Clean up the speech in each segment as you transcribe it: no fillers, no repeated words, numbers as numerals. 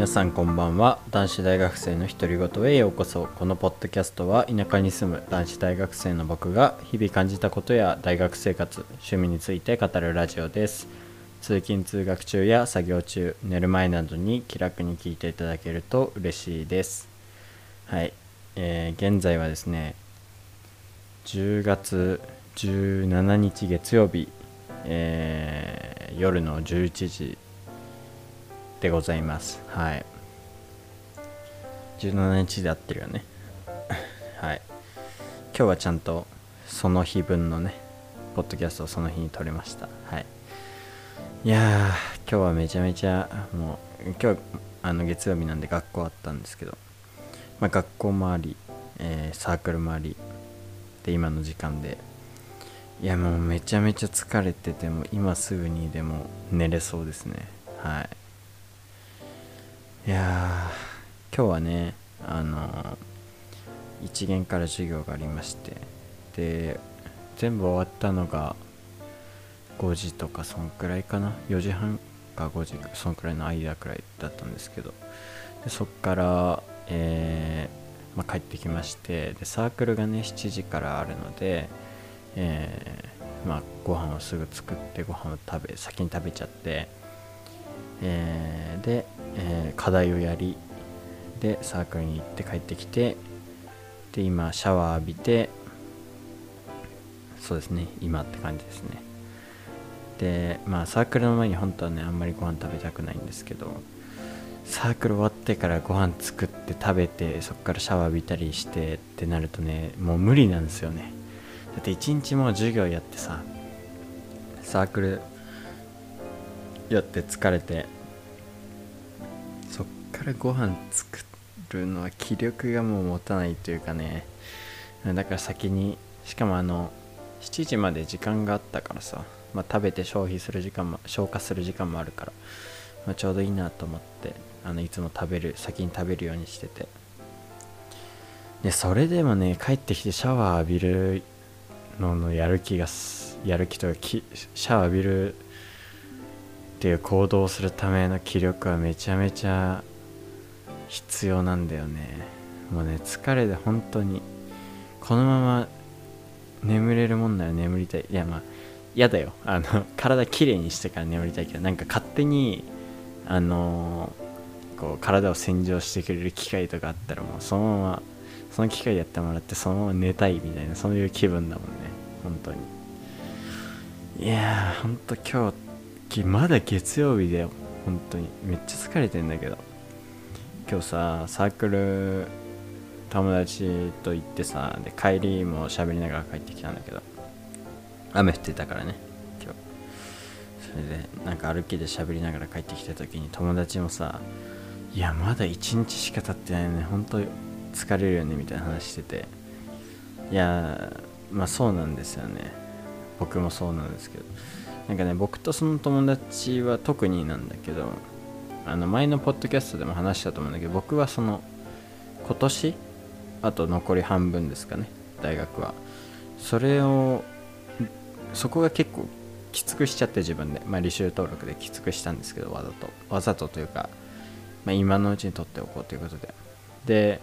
皆さんこんばんは。男子大学生の独り言へようこそ。このポッドキャストは田舎に住む男子大学生の僕が日々感じたことや大学生活、趣味について語るラジオです。通勤通学中や作業中、寝る前などに気楽に聞いていただけると嬉しいです。はい、現在はですね10月17日月曜日、夜の11時でございます。はい。17日で合ってるよね。はい。今日はちゃんとその日分のね、ポッドキャストをその日に撮れました。はい。いやー、今日はめちゃめちゃもう今日月曜日なんで学校あったんですけど、学校周り、サークル周りで今の時間で、いやもうめちゃめちゃ疲れてても今すぐにでも寝れそうですね。はい。いやー、今日はね一限から授業がありまして、で全部終わったのが5時とかそんくらいかな、4時半か5時かそんくらいの間くらいだったんですけど、でそっから、帰ってきまして、でサークルがね7時からあるので、ご飯をすぐ作ってご飯を先に食べちゃって、で、課題をやり、でサークルに行って帰ってきて、で今シャワー浴びて、そうですね今って感じですね。でサークルの前に本当はねあんまりご飯食べたくないんですけど、サークル終わってからご飯作って食べて、そっからシャワー浴びたりしてってなるとねもう無理なんですよね。だって一日もう授業やってさ、サークルやって疲れて、そっからご飯作るのは気力がもう持たないというかね。だから先に、しかも7時まで時間があったからさ、食べて消化する時間もあるから、ちょうどいいなと思って、いつも先に食べるようにしてて、でそれでもね帰ってきてシャワー浴びるのやる気というかシャワー浴びるっていう行動をするための気力はめちゃめちゃ必要なんだよね。もうね疲れで本当にこのまま眠れるもんなら眠りたい。いや嫌だよ、体きれいにしてから眠りたいけど、なんか勝手にこう体を洗浄してくれる機械とかあったら、もうそのままその機械やってもらってそのまま寝たいみたいな、そういう気分だもんね本当に。いやー本当今日まだ月曜日だよ。本当にめっちゃ疲れてんだけど、今日さサークル友達と行ってさ、で帰りも喋りながら帰ってきたんだけど、雨降ってたからね今日。それでなんか歩きで喋りながら帰ってきた時に友達もさ、いやまだ1日しか経ってないよね、本当疲れるよねみたいな話してて、いやそうなんですよね。僕もそうなんですけど、なんかね僕とその友達は特になんだけど、前のポッドキャストでも話したと思うんだけど、僕は今年あと残り半分ですかね、大学は。そこが結構きつくしちゃって、自分で、履修登録できつくしたんですけど、わざとというか、今のうちに取っておこうということで、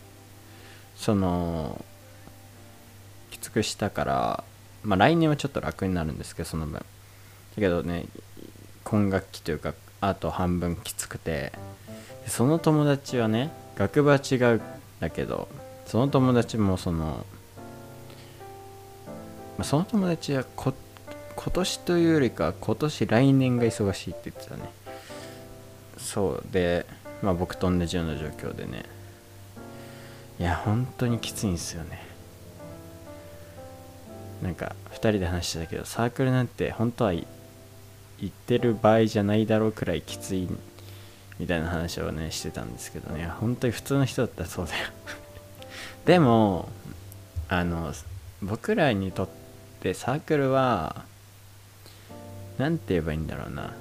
きつくしたから、来年はちょっと楽になるんですけど、その分だけどね、今学期というかあと半分きつくて、その友達はね学部は違うんだけど、その友達もその友達は今年というよりか来年が忙しいって言ってたね。そうで、僕と同じような状況でね、いや本当にきついんですよね。なんか2人で話してたけど、サークルなんて本当は行ってる場合じゃないだろうくらいきついみたいな話をねしてたんですけどね、本当に普通の人だったらそうだよでも僕らにとってサークルはなんて言えばいいんだろうな、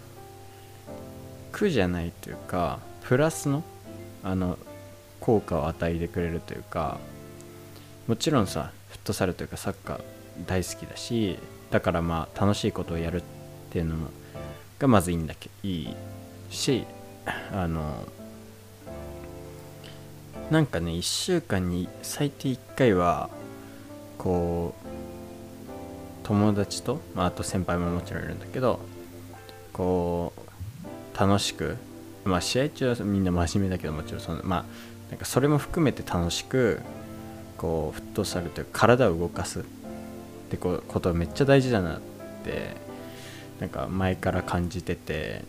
苦じゃないというかプラスの効果を与えてくれるというか、もちろんさフットサルというかサッカー大好きだし、だから楽しいことをやるっていうのがまずいいし、 なんかね1週間に最低1回はこう友達と、あと先輩ももちろんいるんだけど、こう楽しく、試合中はみんな真面目だけど、もちろんなんかそれも含めて楽しくこうフットサルというか体を動かすってことがめっちゃ大事だなってなんか前から感じてて、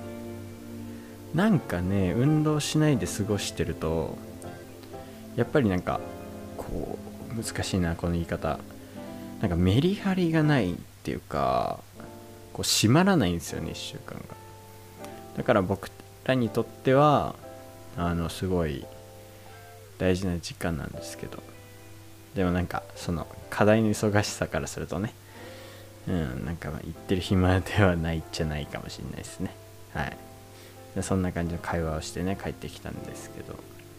なんかね運動しないで過ごしてるとやっぱりなんかこう難しいなこの言い方、なんかメリハリがないっていうか、こう締まらないんですよね1週間が。だから僕らにとってはすごい大事な時間なんですけど、でもなんかその課題の忙しさからするとね、なんか言ってる暇ではないじゃないかもしれないですね。はい。でそんな感じの会話をしてね帰ってきたんですけど、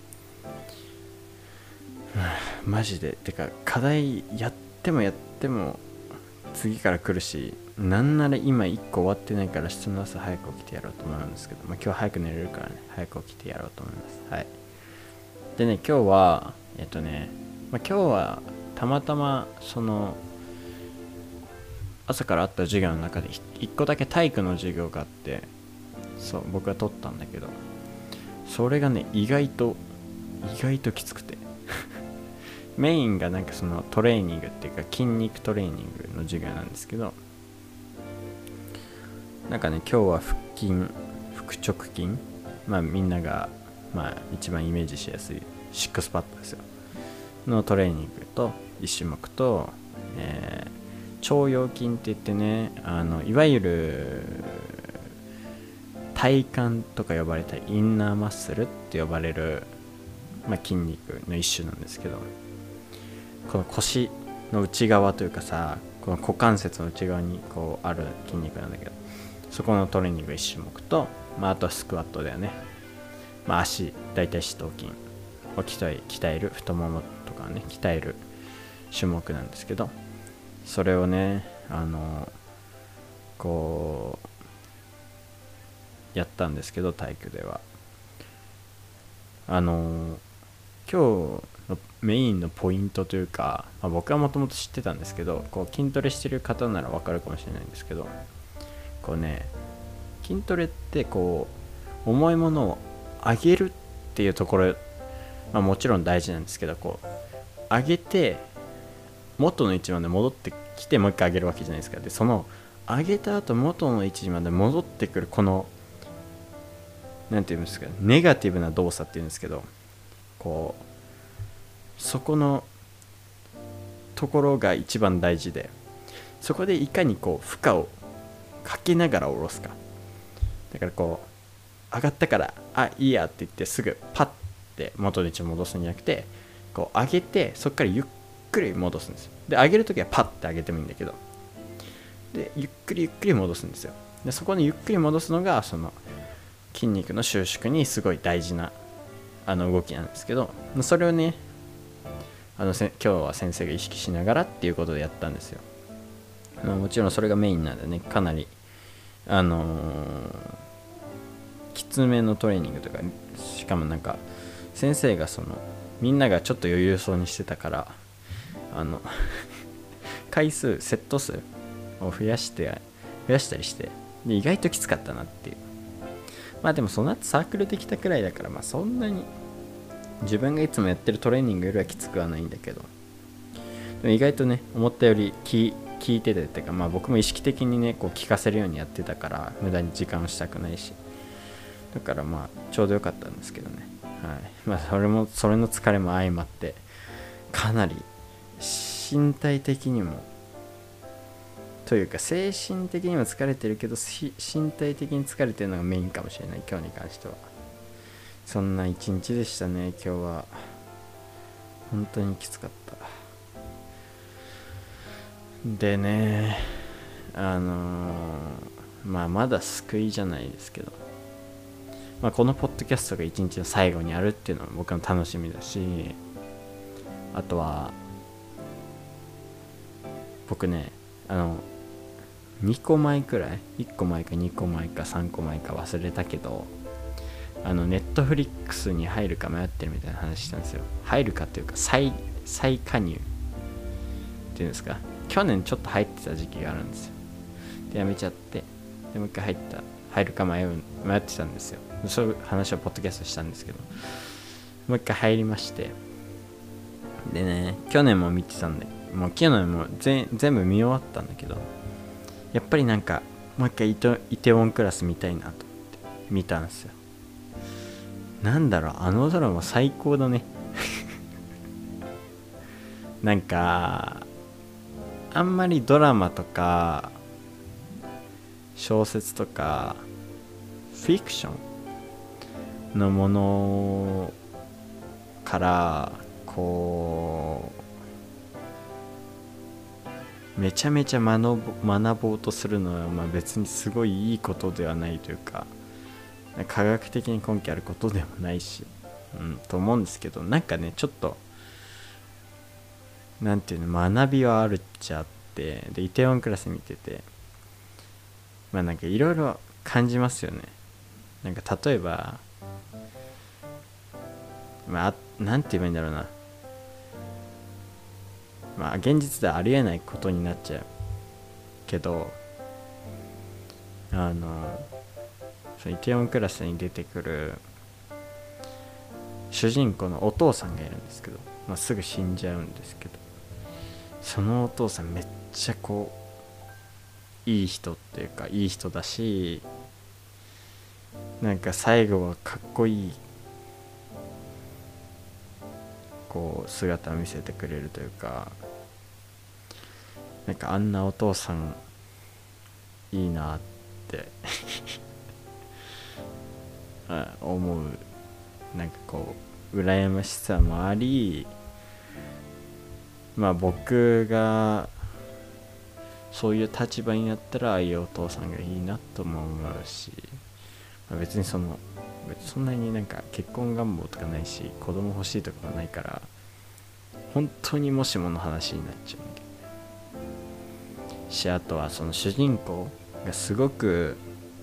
マジでてか課題やっても次から来るし、なんなら今1個終わってないから明日の朝早く起きてやろうと思うんですけど、今日は早く寝れるからね早く起きてやろうと思います。はい。でね今日は今日はたまたまその朝からあった授業の中で1個だけ体育の授業があって、そう僕が取ったんだけど、それがね意外ときつくてメインがなんかそのトレーニングっていうか筋肉トレーニングの授業なんですけど、なんかね今日は腹筋腹直筋、みんなが一番イメージしやすいシックスパッドですよのトレーニングと1種目と、腸腰筋って言ってね、いわゆる体幹とか呼ばれたインナーマッスルって呼ばれる、筋肉の一種なんですけど、この腰の内側というかさ、この股関節の内側にこうある筋肉なんだけど、そこのトレーニング1種目と、あとはスクワットだよね。足大腿四頭筋を鍛える、太ももとかね鍛える種目なんですけど、それをねこうやったんですけど、体育では今日のメインのポイントというか、僕はもともと知ってたんですけど、こう筋トレしてる方ならわかるかもしれないんですけど、こうね筋トレってこう重いものを上げるっていうところ、もちろん大事なんですけど、こう上げて元の位置まで戻ってきてもう一回上げるわけじゃないですか。でその上げた後元の位置まで戻ってくるこのなんていうんですか、ネガティブな動作っていうんですけど、こうそこのところが一番大事で、そこでいかにこう負荷をかけながら下ろすか。だからこう上がったからいいやって言ってすぐパッて元の位置を戻すんじゃなくて、こう上げてそこからゆっくり戻すんですよ。で上げるときはパッて上げてもいいんだけど、でゆっくり戻すんですよ。でそこにゆっくり戻すのがその筋肉の収縮にすごい大事な動きなんですけど、それをね今日は先生が意識しながらっていうことでやったんですよ。もちろんそれがメインなんでね、かなりきつめのトレーニングとか、しかもなんか先生がみんながちょっと余裕そうにしてたから回数セット数を増やしたりして、で意外ときつかったなっていう。でもその後サークルできたくらいだから、そんなに自分がいつもやってるトレーニングよりはきつくはないんだけど、でも意外とね思ったより効いててっていうか、僕も意識的にねこう効かせるようにやってたから、無駄に時間をしたくないし、だからちょうどよかったんですけどね。はい。それの疲れも相まってかなり身体的にもというか精神的にも疲れてるけど、身体的に疲れてるのがメインかもしれない、今日に関しては。そんな一日でしたね。今日は本当にきつかった。でねまだ救いじゃないですけど、このポッドキャストが一日の最後にあるっていうのは僕の楽しみだし、あとは僕ね2個前くらい、1個前か2個前か3個前か忘れたけど、 ネットフリックスに入るか迷ってるみたいな話したんですよ。入るかっていうか再加入っていうんですか。去年ちょっと入ってた時期があるんですよ。でやめちゃって、でもう一回入るか迷ってたんですよ。そういう話をポッドキャストしたんですけど、もう一回入りまして、でね、去年も見てたんで、もう去年も全部見終わったんだけど、やっぱりなんかもう一回イテウォンクラス見たいなと思って見たんですよ。なんだろう、あのドラマ最高だね。なんかあんまりドラマとか小説とかフィクションのものからこうめちゃめちゃ学ぼうとするのは、まあ、別にすごいいいことではないというか、科学的に根拠あることでもないし、と思うんですけど、なんかねちょっとなんていうの、学びはあるっちゃあって、でイテウォンクラス見てて、まあなんかいろいろ感じますよね。なんか例えば、まあなんて言えばいいんだろうな、まあ現実ではありえないことになっちゃうけど、そのイテウォンクラスに出てくる主人公のお父さんがいるんですけど、まあ、すぐ死んじゃうんですけど、そのお父さんめっちゃこういい人っていうかいい人だし、なんか最後はかっこいいこう姿を見せてくれるというか、なんかあんなお父さんいいなって思う。なんかこう羨ましさもあり、まあ僕がそういう立場になったらああいうお父さんがいいなとも思うし、まあ、別にそんなになんか結婚願望とかないし子供欲しいとかないから、本当にもしもの話になっちゃうんだけどし、あとはその主人公がすごく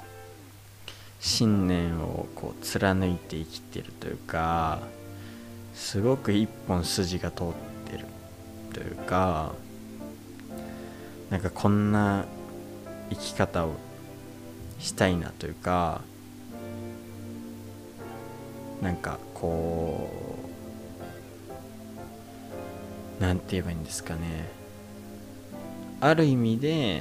信念をこう貫いて生きてるというか、すごく一本筋が通ってるというか、なんかこんな生き方をしたいなというか、なんかこうなんて言えばいいんですかね、ある意味で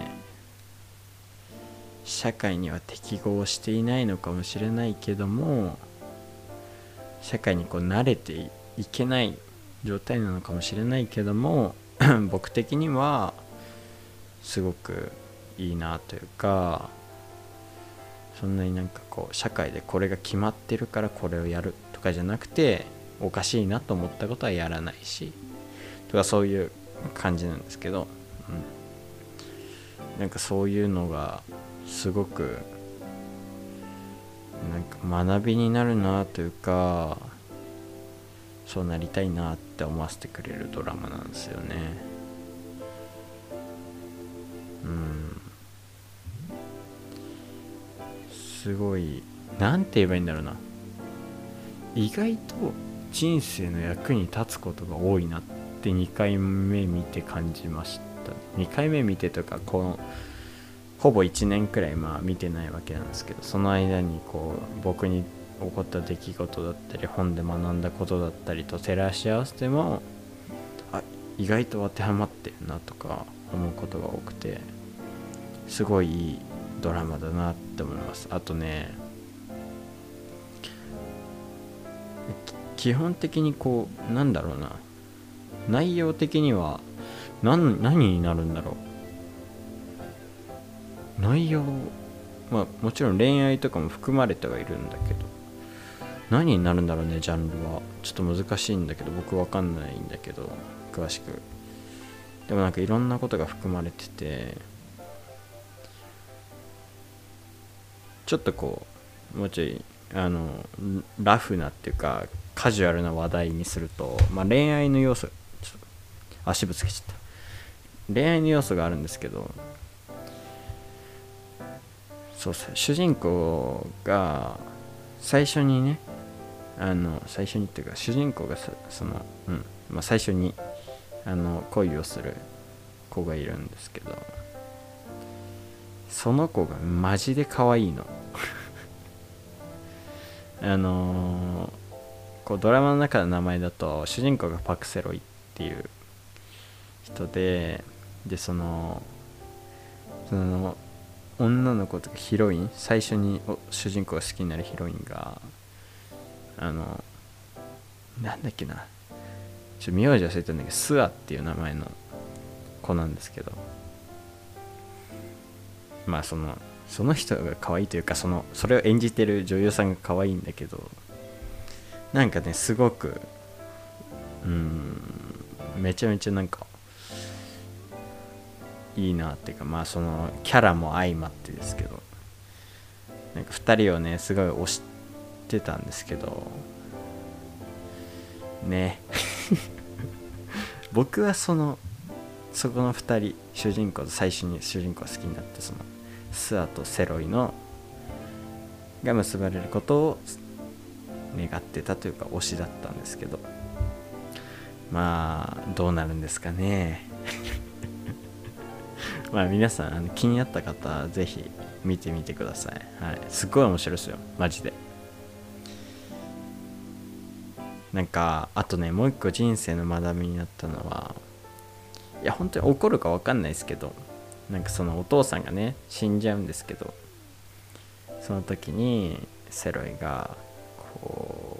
社会には適合していないのかもしれないけども、社会にこう慣れていけない状態なのかもしれないけども僕的にはすごくいいなというか、そんなになんかこう社会でこれが決まってるからこれをやるとかじゃなくて、おかしいなと思ったことはやらないしとか、そういう感じなんですけど、なんかそういうのがすごくなんか学びになるなというか、そうなりたいなって思わせてくれるドラマなんですよね。すごい、なんて言えばいいんだろうな、意外と人生の役に立つことが多いなって2回目見て感じました。2回目見てとか、このほぼ1年くらいまあ見てないわけなんですけど、その間にこう僕に起こった出来事だったり本で学んだことだったりと照らし合わせても、意外と当てはまってるなとか思うことが多くて、すごいいいドラマだなって思います。あとね、基本的にこうなんだろうな、内容的には何になるんだろう、内容、まあもちろん恋愛とかも含まれてはいるんだけど、何になるんだろうね、ジャンルはちょっと難しいんだけど、僕わかんないんだけど詳しく。でもなんかいろんなことが含まれてて、ちょっとこうもうちょいラフなっていうかカジュアルな話題にすると、まあ、恋愛の要素、ちょっと足ぶつけちゃった、恋愛の要素があるんですけど、そう主人公が最初にね、最初にっていうか主人公が最初に恋をする子がいるんですけど、その子がマジで可愛いの。こうドラマの中の名前だと主人公がパク・セロイっていう人で、その女の子とかヒロイン、最初に主人公が好きになるヒロインがなんだっけな、名字忘れたんだけど、スアっていう名前の子なんですけど、まあその人が可愛いというか、それを演じてる女優さんが可愛いんだけど、なんかねすごくめちゃめちゃなんかいいなっていうか、まあそのキャラも相まってですけど、なんか2人をねすごい推してたんですけどね僕はそこの2人、主人公と最初に主人公が好きになって、そのスアとセロイのが結ばれることを願ってたというか推しだったんですけど、まあどうなるんですかねまあ皆さん気になった方はぜひ見てみてください。はい、すっごい面白いですよマジで。なんかあとね、もう一個人生の学びになったのは、いや本当に怒るか分かんないですけど、なんかそのお父さんがね死んじゃうんですけど、その時にセロイがこ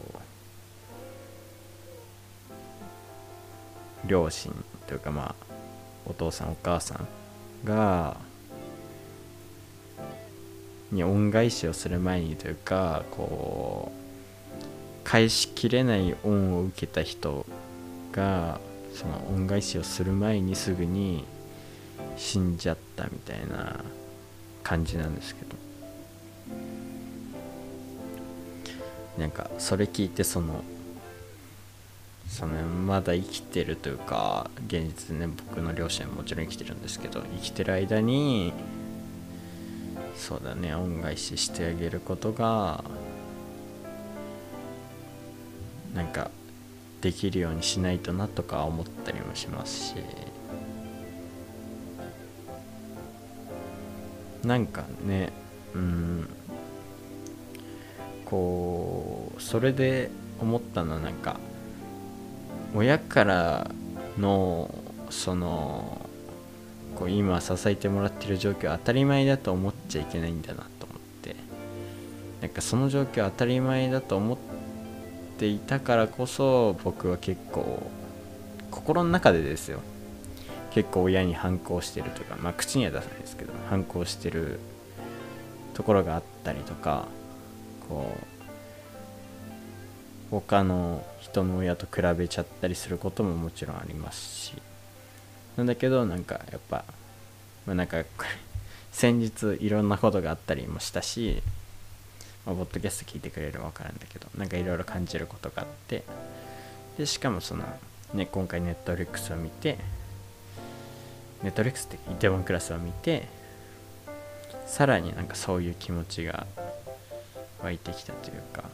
う両親というか、まあお父さんお母さんがに恩返しをする前にというか、こう返しきれない恩を受けた人がその恩返しをする前にすぐに死んじゃったみたいな感じなんですけど、なんかそれ聞いて、まだ生きてるというか、現実でね僕の両親はもちろん生きてるんですけど、生きてる間にそうだね恩返ししてあげることがなんかできるようにしないとなとか思ったりもしますし、なんかねこうそれで思ったのは、なんか親からのこう今支えてもらってる状況は当たり前だと思っちゃいけないんだなと思って、なんかその状況は当たり前だと思っていたからこそ、僕は結構心の中でですよ、結構親に反抗してるとか、まあ口には出さないですけど反抗してるところがあったりとか、こう他の人の親と比べちゃったりすることももちろんありますし、なんだけどなんかやっぱ、なんか先日いろんなことがあったりもしたし、ポッドキャスト聞いてくれれば分かるんだけど、なんかいろいろ感じることがあって、でしかも今回ネットフリックスを見て、ネットフリックスってイテウォンクラスを見て、さらになんかそういう気持ちが湧いてきたというか、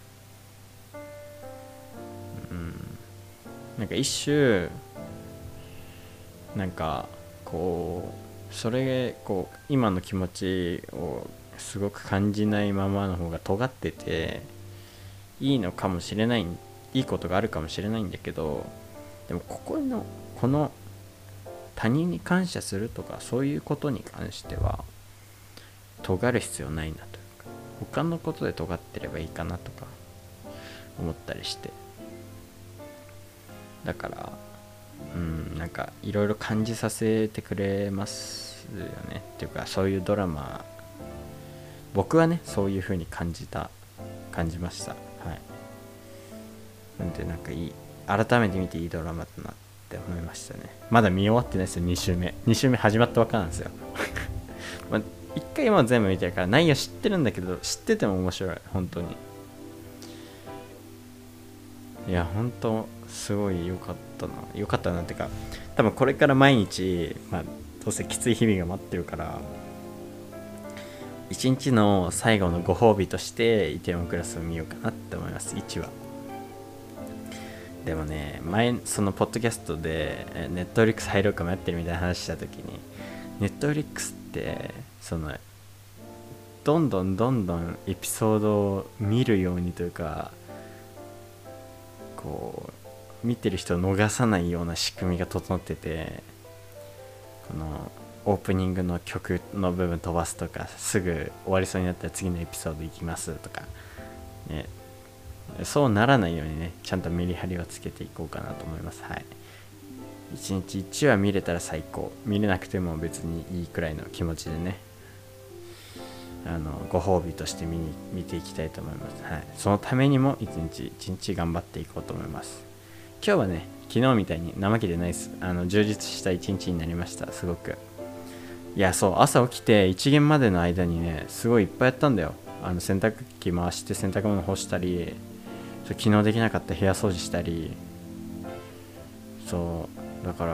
なんか一種なんかこうそれこう今の気持ちをすごく感じないままの方が尖ってていいのかもしれない、いいことがあるかもしれないんだけど、でもこの他人に感謝するとかそういうことに関しては尖る必要ないなというか、他のことで尖ってればいいかなとか思ったりして、だからなんかいろいろ感じさせてくれますよねっていうか、そういうドラマ僕はねそういう風に感じました。はい。なんでなんか改めて見ていいドラマだなって思いましたね。まだ見終わってないですよ。2週目始まったばっかなんですよまあ1回も全部見てるから内容知ってるんだけど、知ってても面白い本当に。いや本当すごい良かったなってか、多分これから毎日、どうせきつい日々が待ってるから、 一日の最後のご褒美としてイテウォンクラスを見ようかなって思います。1話でもね、前そのポッドキャストでネットフリックス入ろうか迷ってるみたいな話した時に、ネットフリックスってそのどんどんエピソードを見るようにというか、こう見てる人を逃さないような仕組みが整ってて、このオープニングの曲の部分飛ばすとか、すぐ終わりそうになったら次のエピソード行きますとか、ね、そうならないようにね、ちゃんとメリハリをつけていこうかなと思います。はい。1日1話見れたら最高、見れなくても別にいいくらいの気持ちでね、ご褒美として見ていきたいと思います。はい。そのためにも1日頑張っていこうと思います。今日はね、昨日みたいに怠けてないです。充実した一日になりました。すごく。いや、そう、朝起きて一限までの間にね、すごいいっぱいやったんだよ。洗濯機回して洗濯物干したり、昨日できなかった部屋掃除したり、そうだから、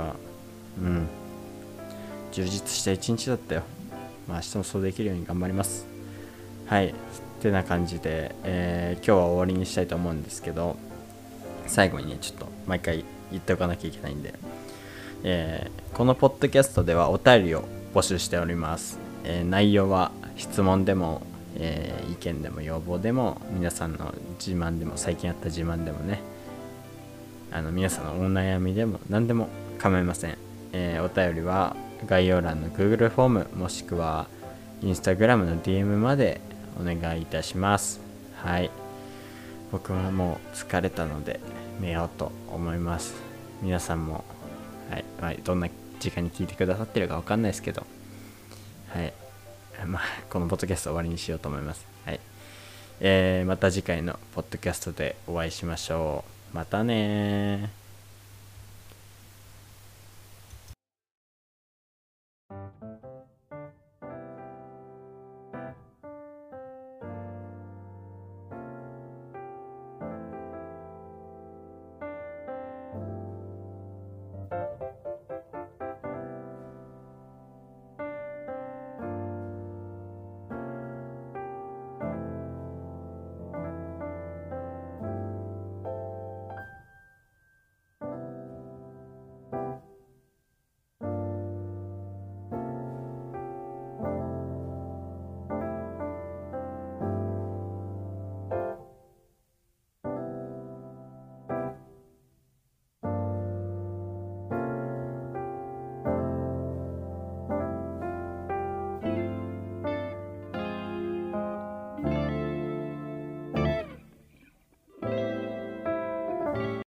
充実した一日だったよ。明日もそうできるように頑張ります。はい。ってな感じで、今日は終わりにしたいと思うんですけど、最後にね、ちょっと毎回言っておかなきゃいけないんで、このポッドキャストではお便りを募集しております。内容は質問でも、意見でも要望でも、皆さんの自慢でも、最近あった自慢でもね、皆さんのお悩みでも何でも構いません。お便りは概要欄の Google フォームもしくは Instagram の DM までお願いいたします。はい。僕はもう疲れたので寝ようと思います。皆さんも、はい、どんな時間に聞いてくださってるか分かんないですけど、はい。このポッドキャスト終わりにしようと思います。はい。また次回のポッドキャストでお会いしましょう。またねー。